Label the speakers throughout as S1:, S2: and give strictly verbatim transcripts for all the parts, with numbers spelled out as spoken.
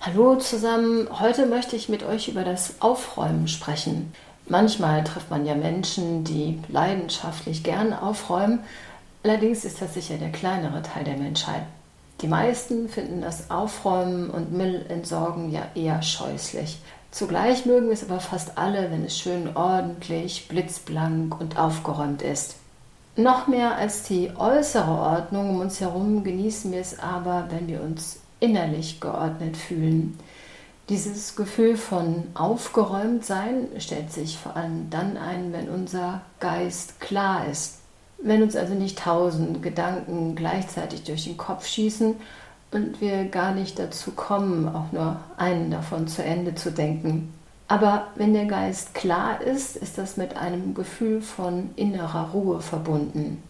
S1: Hallo zusammen, heute möchte ich mit euch über das Aufräumen sprechen. Manchmal trifft man ja Menschen, die leidenschaftlich gern aufräumen, allerdings ist das sicher der kleinere Teil der Menschheit. Die meisten finden das Aufräumen und Müllentsorgen ja eher scheußlich. Zugleich mögen es aber fast alle, wenn es schön ordentlich, blitzblank und aufgeräumt ist. Noch mehr als die äußere Ordnung um uns herum genießen wir es aber, wenn wir uns innerlich geordnet fühlen. Dieses Gefühl von Aufgeräumtsein stellt sich vor allem dann ein, wenn unser Geist klar ist. Wenn uns also nicht tausend Gedanken gleichzeitig durch den Kopf schießen und wir gar nicht dazu kommen, auch nur einen davon zu Ende zu denken. Aber wenn der Geist klar ist, ist das mit einem Gefühl von innerer Ruhe verbunden.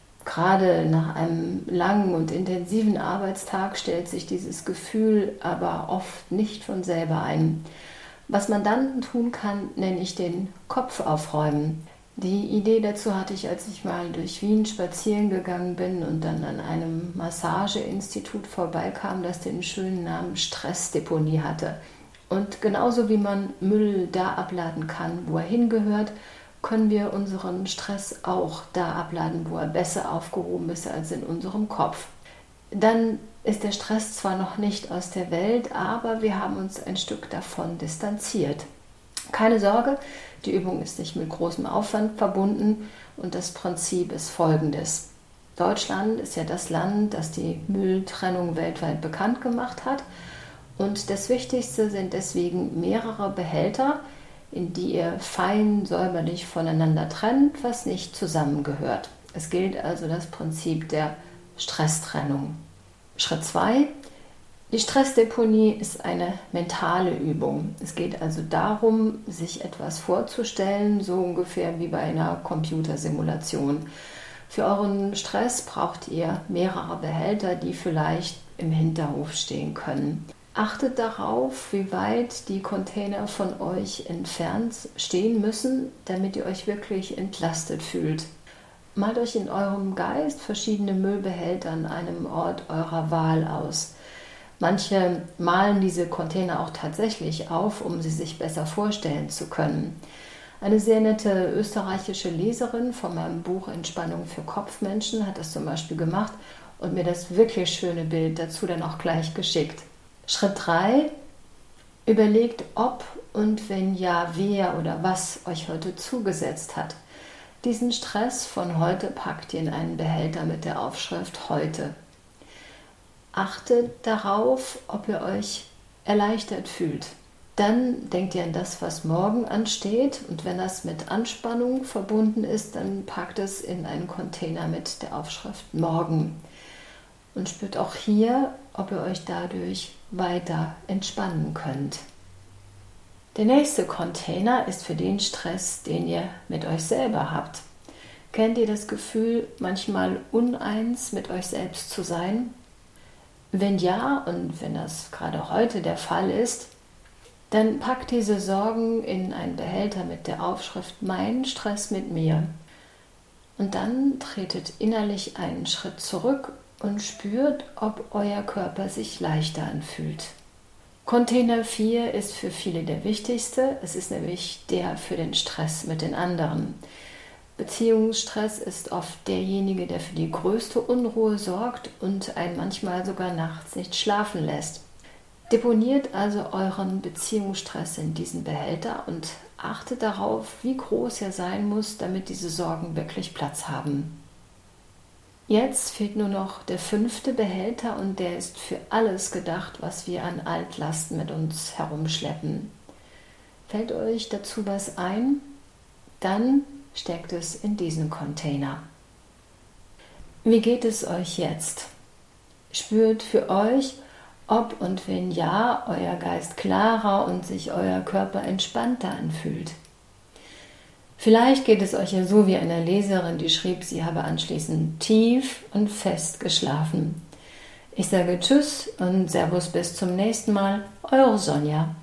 S1: Gerade nach einem langen und intensiven Arbeitstag stellt sich dieses Gefühl aber oft nicht von selber ein. Was man dann tun kann, nenne ich den Kopf aufräumen. Die Idee dazu hatte ich, als ich mal durch Wien spazieren gegangen bin und dann an einem Massageinstitut vorbeikam, das den schönen Namen Stressdeponie hatte. Und genauso wie man Müll da abladen kann, wo er hingehört, können wir unseren Stress auch da abladen, wo er besser aufgehoben ist als in unserem Kopf. Dann ist der Stress zwar noch nicht aus der Welt, aber wir haben uns ein Stück davon distanziert. Keine Sorge, die Übung ist nicht mit großem Aufwand verbunden und das Prinzip ist folgendes. Deutschland ist ja das Land, das die Mülltrennung weltweit bekannt gemacht hat und das Wichtigste sind deswegen mehrere Behälter, in die ihr fein säuberlich voneinander trennt, was nicht zusammengehört. Es gilt also das Prinzip der Stresstrennung. Schritt zwei. Die Stressdeponie ist eine mentale Übung. Es geht also darum, sich etwas vorzustellen, so ungefähr wie bei einer Computersimulation. Für euren Stress braucht ihr mehrere Behälter, die vielleicht im Hinterhof stehen können. Achtet darauf, wie weit die Container von euch entfernt stehen müssen, damit ihr euch wirklich entlastet fühlt. Malt euch in eurem Geist verschiedene Müllbehälter an einem Ort eurer Wahl aus. Manche malen diese Container auch tatsächlich auf, um sie sich besser vorstellen zu können. Eine sehr nette österreichische Leserin von meinem Buch Entspannung für Kopfmenschen hat das zum Beispiel gemacht und mir das wirklich schöne Bild dazu dann auch gleich geschickt. Schritt drei. Überlegt, ob und wenn ja, wer oder was euch heute zugesetzt hat. Diesen Stress von heute packt ihr in einen Behälter mit der Aufschrift heute. Achtet darauf, ob ihr euch erleichtert fühlt. Dann denkt ihr an das, was morgen ansteht und wenn das mit Anspannung verbunden ist, dann packt es in einen Container mit der Aufschrift morgen. Und spürt auch hier, ob ihr euch dadurch weiter entspannen könnt. Der nächste Container ist für den Stress, den ihr mit euch selber habt. Kennt ihr das Gefühl, manchmal uneins mit euch selbst zu sein? Wenn ja, und wenn das gerade heute der Fall ist, dann packt diese Sorgen in einen Behälter mit der Aufschrift Mein Stress mit mir. Und dann tretet innerlich einen Schritt zurück und spürt, ob euer Körper sich leichter anfühlt. Container vier ist für viele der wichtigste. Es ist nämlich der für den Stress mit den anderen. Beziehungsstress ist oft derjenige, der für die größte Unruhe sorgt und einen manchmal sogar nachts nicht schlafen lässt. Deponiert also euren Beziehungsstress in diesen Behälter und achtet darauf, wie groß er sein muss, damit diese Sorgen wirklich Platz haben. Jetzt fehlt nur noch der fünfte Behälter und der ist für alles gedacht, was wir an Altlasten mit uns herumschleppen. Fällt euch dazu was ein? Dann steckt es in diesen Container. Wie geht es euch jetzt? Spürt für euch, ob und wenn ja, euer Geist klarer und sich euer Körper entspannter anfühlt. Vielleicht geht es euch ja so wie einer Leserin, die schrieb, sie habe anschließend tief und fest geschlafen. Ich sage Tschüss und Servus bis zum nächsten Mal, eure Sonja.